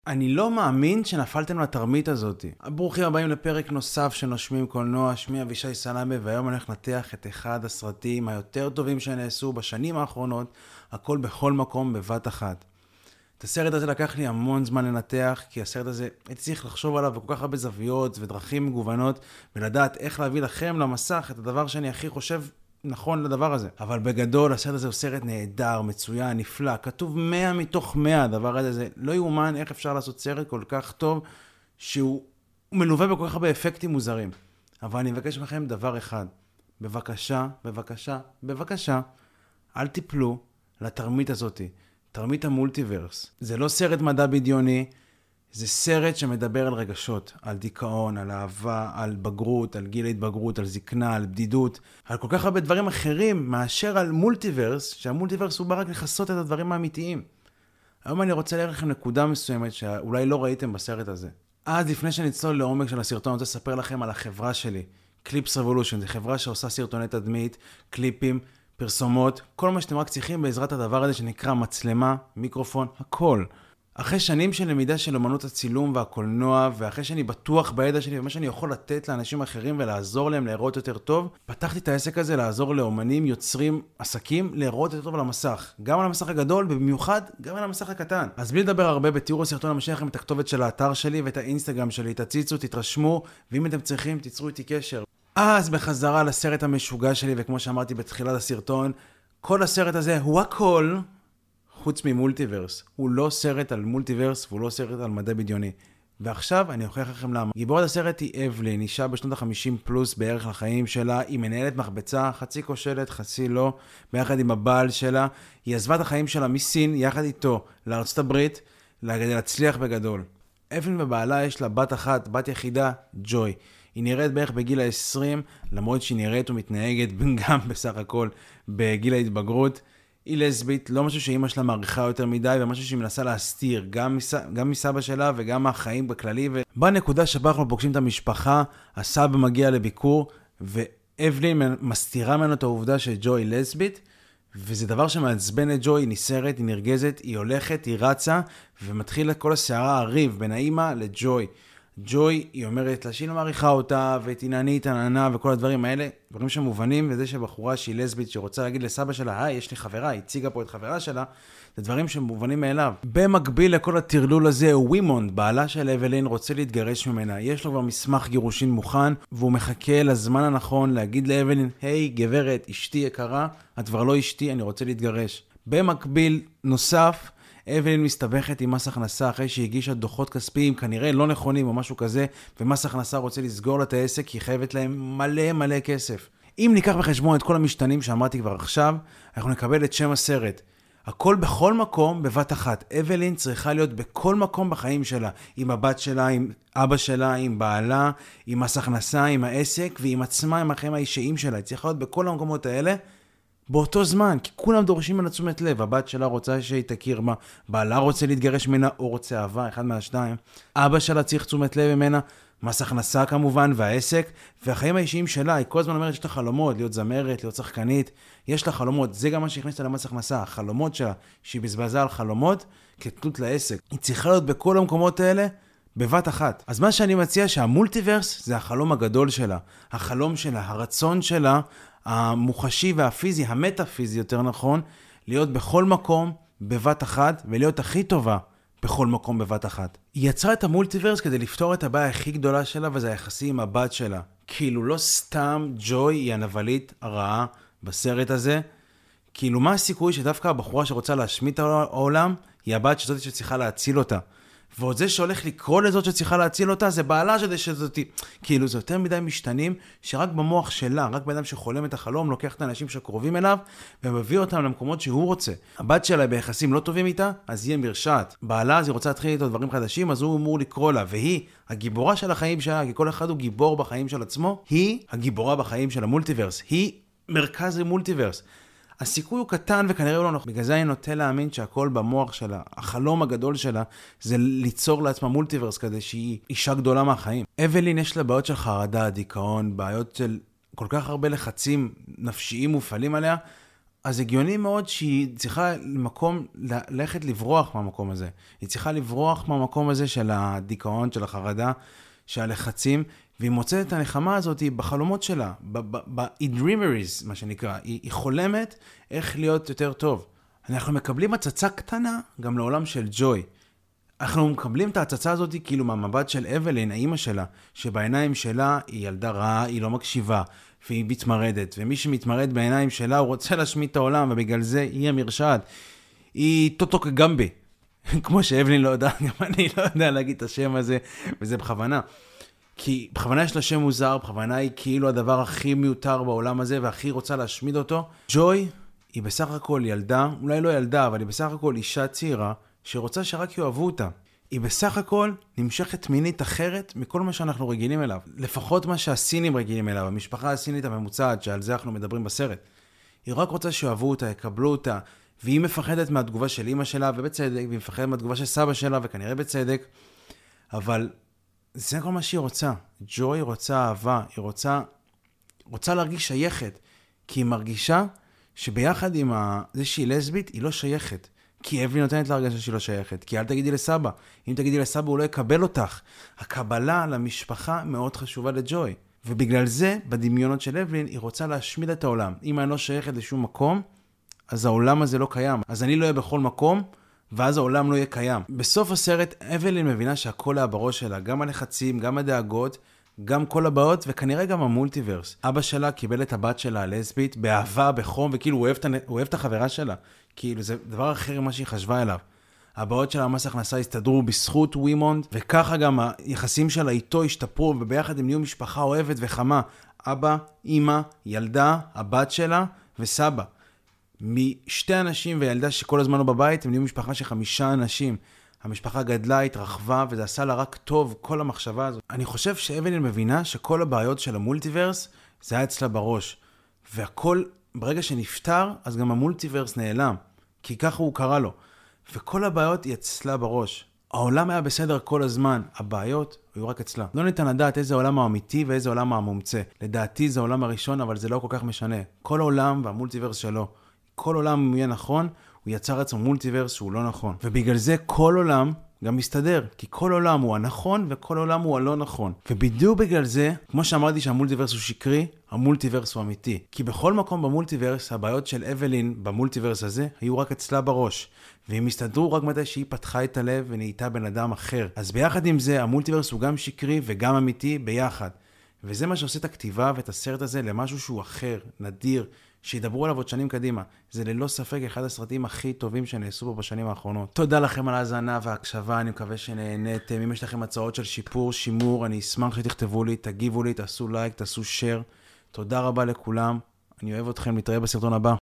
אני לא מאמין שנפלתם לתרמית הזאת. ברוכים הבאים לפרק נוסף של נושמים קולנוע, שמי אבישי סלאמה, והיום אני הולך לנתח את אחד הסרטים היותר טובים שנעשו בשנים האחרונות, הכל בכל מקום בבת אחת. את הסרט הזה לקח לי המון זמן לנתח, כי הסרט הזה הייתי צריך לחשוב עליו בכל כך הרבה זוויות ודרכים מגוונות, ולדעת איך להביא לכם למסך את הדבר שאני הכי חושב נכון לדבר הזה. אבל בגדול, הסרט הזה הוא סרט נהדר, מצוין, נפלא, כתוב 100 מתוך 100, הדבר הזה, זה לא יאומן איך אפשר לעשות סרט כל כך טוב, שהוא מלווה בכל כך הרבה אפקטים מוזרים. אבל אני מבקש מכם דבר אחד, בבקשה, בבקשה, בבקשה, אל תיפלו לתרמית הזאת, תרמית המולטיברס. זה לא סרט מדע בדיוני, זה סרט שמדבר על רגשות, על דיכאון, על אהבה, על בגרות, על גיל ההתבגרות, על זקנה, על בדידות, על כל כך הרבה דברים אחרים מאשר על מולטיברס, שהמולטיברס הוא בא רק לחסות את הדברים האמיתיים. היום אני רוצה להראות לכם נקודה מסוימת שאולי לא ראיתם בסרט הזה. אז לפני שנצלול לעומק של הסרטון, אני רוצה לספר לכם על החברה שלי, Clips Revolution. זו חברה שעושה סרטוני תדמית, קליפים, פרסומות, כל מה שאתם רק צריכים בעזרת הדבר הזה שנקרא מצלמה, מיקרופון, הכל. אחרי שנים של למידה של אמנות הצילום והקולנוע, ואחרי שאני בטוח בידע שלי ומה שאני יכול לתת לאנשים אחרים ולעזור להם להיראות יותר טוב, פתחתי את העסק הזה לעזור לאומנים, יוצרים, עסקים, להיראות יותר טוב על המסך. גם על המסך הגדול, ובמיוחד גם על המסך הקטן. אז בלי לדבר הרבה, בתיאור הסרטון המשך לכם את הכתובת של האתר שלי ואת האינסטגרם שלי. תציצו, תתרשמו, ואם אתם צריכים, תיצרו איתי קשר. אז בחזרה לסרט המשוגע שלי, וכמו שאמרתי בתחילת הסרטון, כל הסרט הזה הוא הכל חוץ ממולטיברס. הוא לא סרט על מולטיברס, והוא לא סרט על מדע בדיוני. ועכשיו אני אוכיח לכם למה. גיבורת הסרט היא אבלין, אישה בשנות ה-50 פלוס בערך לחיים שלה, היא מנהלת מחבצה, חצי כושלת, חצי לא, ביחד עם הבעל שלה. היא עזבה את החיים שלה מסין, יחד איתו, לארצות הברית, כדי להצליח בגדול. אבלין ובעלה יש לה בת אחת, בת יחידה, ג'וי. היא נראית בערך בגיל ה-20, למרות שהיא נראית ומתנהגת גם בסך הכל בגיל ההתבגרות. היא לסבית, לא משהו שאימא שלה מעריכה יותר מדי, ומשהו שהיא מנסה להסתיר, גם מסבא שלה וגם מהחיים בכללי. ובנקודה שבה אנחנו פוגשים את המשפחה, הסבא מגיע לביקור, ואבלין מסתירה ממנו את העובדה שג'וי לסבית, וזה דבר שמעצבן את ג'וי, היא ניסרת, היא נרגזת, היא הולכת, היא רצה, ומתחיל כל הסערה הריב בין האימא לג'וי. ג'וי, היא אומרת לה שהיא לא מעריכה אותה, ותנעני, תנענה, וכל הדברים האלה, דברים שמובנים, וזה שבחורה שהיא לסבית, שרוצה להגיד לסבא שלה, היי, יש לי חברה, היא הציגה פה את חברה שלה, זה דברים שמובנים מאליו. במקביל לכל התרלול הזה, ווימונד, בעלה של אבלין, רוצה להתגרש ממנה. יש לו כבר מסמך גירושין מוכן, והוא מחכה לזמן הנכון להגיד לאבלין, היי, גברת, אשתי יקרה, את כבר לא אשתי, אני רוצה להתגרש. במקביל נוסף, אבלין מסתבכת עם מס הכנסה אחרי שהגישה דוחות כספיים, כנראה לא נכונים או משהו כזה, ומס הכנסה רוצה לסגור לה את העסק, כי היא חייבת להם מלא מלא כסף. אם ניקח בחשבון את כל המשתנים שאמרתי כבר עכשיו, אנחנו נקבל את שם הסרט. הכל בכל מקום בבת אחת. אבלין צריכה להיות בכל מקום בחיים שלה, עם הבת שלה, עם אבא שלה, עם בעלה, עם מס הכנסה, עם העסק, ועם עצמה, עם החיים האישיים שלה. היא צריכה להיות בכל המקומות האלה, באותו זמן, כי כולם דורשים ממנה תשומת לב. הבת שלה רוצה שהיא תכיר בה, בעלה רוצה להתגרש ממנה או רוצה אהבה, אחד מהשניים. אבא שלה צריך תשומת לב ממנה, מס הכנסה כמובן, והעסק, והחיים האישיים שלה. היא כל הזמן אומרת, יש לה חלומות, להיות זמרת, להיות שחקנית, יש לה חלומות. זה גם מה שהכניס לה למס הכנסה, החלומות שלה, שהיא בזבזה על חלומות כתלות לעסק. היא צריכה להיות בכל המקומות האלה, בבת אחת. אז מה שאני מציע שהמולטיברס זה החלום הגדול שלה, החלום שלה, הרצון שלה, המוחשי והפיזי, המטאפיזי יותר נכון, להיות בכל מקום בבת אחת, ולהיות הכי טובה בכל מקום בבת אחת. היא יצרה את המולטיברס כדי לפתור את הבעיה הכי גדולה שלה, וזה היחסי עם הבת שלה. כאילו לא סתם ג'וי היא הנבלית הרעה בסרט הזה, כאילו מה הסיכוי שדווקא הבחורה שרוצה להשמיט העולם, היא הבת שזאת שצריכה להציל אותה. ועוד זה שהולך לקרוא לזאת שצריכה להציל אותה, זה בעלה שזאת, כאילו זה יותר מדי משתנים, שרק במוח שלה, רק באדם שחולם את החלום, לוקח את האנשים שקרובים אליו, ומביא אותם למקומות שהוא רוצה. הבת שלה ביחסים לא טובים איתה, אז היא מרשעת. בעלה, אז היא רוצה להתחיל איתו דברים חדשים, אז הוא אמור לקרוא לה, והיא הגיבורה של החיים שלה, כי כל אחד הוא גיבור בחיים של עצמו, היא הגיבורה בחיים של המולטיברס, היא מרכז המולטיברס. הסיכוי הוא קטן וכנראה הוא לא נכון. בגלל זה אני נוטה להאמין שהכל במוח שלה, החלום הגדול שלה, זה ליצור לעצמה מולטיברס כדי שהיא אישה גדולה מהחיים. אבלין יש לה בעיות של חרדה, דיכאון, בעיות של כל כך הרבה לחצים נפשיים מופעלים עליה, אז הגיוני מאוד שהיא צריכה ללכת לברוח מהמקום הזה. היא צריכה לברוח מהמקום הזה של הדיכאון, של החרדה, של הלחצים, והיא מוצאת את הנחמה הזאת בחלומות שלה, ב-dreameries, מה שנקרא. היא חולמת איך להיות יותר טוב. אנחנו מקבלים הצצה קטנה גם לעולם של ג'וי. אנחנו מקבלים את ההצצה הזאת כאילו מהמבט של אבלין, האמא שלה, שבעיניים שלה היא ילדה רעה, היא לא מקשיבה, והיא מתמרדת, ומי שמתמרד בעיניים שלה הוא רוצה להשמיד את העולם, ובגלל זה היא המרשעת. היא טוטוק גמבי, כמו שאבלין לא יודע, גם אני לא יודע להגיד את השם הזה, וזה בכוונה. כי בכוונה יש לה שם מוזר, בכוונה היא כאילו הדבר הכי מיותר בעולם הזה, והכי רוצה להשמיד אותו. ג'וי היא בסך הכל ילדה, אולי לא ילדה, אבל היא בסך הכל אישה צעירה, שרוצה שרק יאהבו אותה. היא בסך הכל נמשכת מינית אחרת מכל מה שאנחנו רגילים אליו. לפחות מה שהסינים רגילים אליו, המשפחה הסינית הממוצעת, שעל זה אנחנו מדברים בסרט. היא רק רוצה שאוהבו אותה, יקבלו אותה, והיא מפחדת מהתגובה של אמא שלה, ובצדק, והיא מפחדת מהתגובה של סבא שלה, וכנראה בצדק. אבל זה כל מה שהיא רוצה. ג'וי רוצה אהבה, היא רוצה להרגיש שייכת, כי היא מרגישה שביחד עם זה שהיא לסבית, היא לא שייכת. כי אבלין נותנת להרגשה שהיא לא שייכת. כי אל תגידי לסבא. אם תגידי לסבא, הוא לא יקבל אותך. הקבלה למשפחה מאוד חשובה לג'וי. ובגלל זה, בדמיונות של אבלין, היא רוצה להשמיד את העולם. אם אני לא שייכת לשום מקום, אז העולם הזה לא קיים. אז אני לא אהיה בכל מקום, ואז העולם לא יהיה קיים. בסוף הסרט, אבלין מבינה שהכל היה בראש שלה. גם הלחצים, גם הדאגות, גם כל הבאות, וכנראה גם המולטיברס. אבא שלה קיבל את הבת שלה הלסבית, באהבה, בחום, וכאילו הוא אוהב את החברה שלה. כאילו זה דבר אחר ממה שהיא חשבה אליו. הבאות שלה המס הכנסה הסתדרו בזכות ווימונד, וככה גם היחסים שלה איתו השתפרו, וביחד הם נהיו משפחה אוהבת וחמה. אבא, אמא, ילדה, הבת שלה וסבא. משתי אנשים וילדה שכל הזמן לא בבית, הם נהיו משפחה של 5 אנשים. המשפחה גדלה, התרחבה, וזה עשה לה רק טוב, כל המחשבה הזאת. אני חושב שאבלין מבינה שכל הבעיות של המולטיברס, זה היה אצלה בראש. והכל, ברגע שנפטר, אז גם המולטיברס נעלם. כי ככה הוא קרא לו. וכל הבעיות היא אצלה בראש. העולם היה בסדר כל הזמן, הבעיות היו רק אצלה. לא ניתן לדעת איזה עולם האמיתי ואיזה עולם המומצא. לדעתי זה העולם הראשון, אבל זה לא כל כך משנה. כל עולם והמולטיברס שלו. כל עולם הוא יהיה נכון, הוא יצר עצמו מולטיברס שהוא לא נכון. ובגלל זה כל עולם גם מסתדר, כי כל עולם הוא הנכון וכל עולם הוא הלא נכון. ובדיוק בגלל זה, כמו שאמרתי שהמולטיברס הוא שקרי, המולטיברס הוא אמיתי. כי בכל מקום במולטיברס, הבעיות של אבלין במולטיברס הזה היו רק אצלה בראש. והם הסתדרו רק מתי שהיא פתחה את הלב ונהייתה בן אדם אחר. אז ביחד עם זה, המולטיברס הוא גם שקרי וגם אמיתי ביחד. וזה מה שעושה את הכתיבה ואת הסרט הזה למשהו שהוא אחר, נדיר, שידברו עליו עוד שנים קדימה. זה ללא ספק אחד הסרטים הכי טובים שנעשו פה בשנים האחרונות. תודה לכם על ההאזנה וההקשבה, אני מקווה שנהניתם. אם יש לכם הצעות של שיפור, שימור, אני אשמח שתכתבו לי, תגיבו לי, תעשו לייק, תעשו share. תודה רבה לכולם, אני אוהב אתכם, נתראה בסרטון הבא.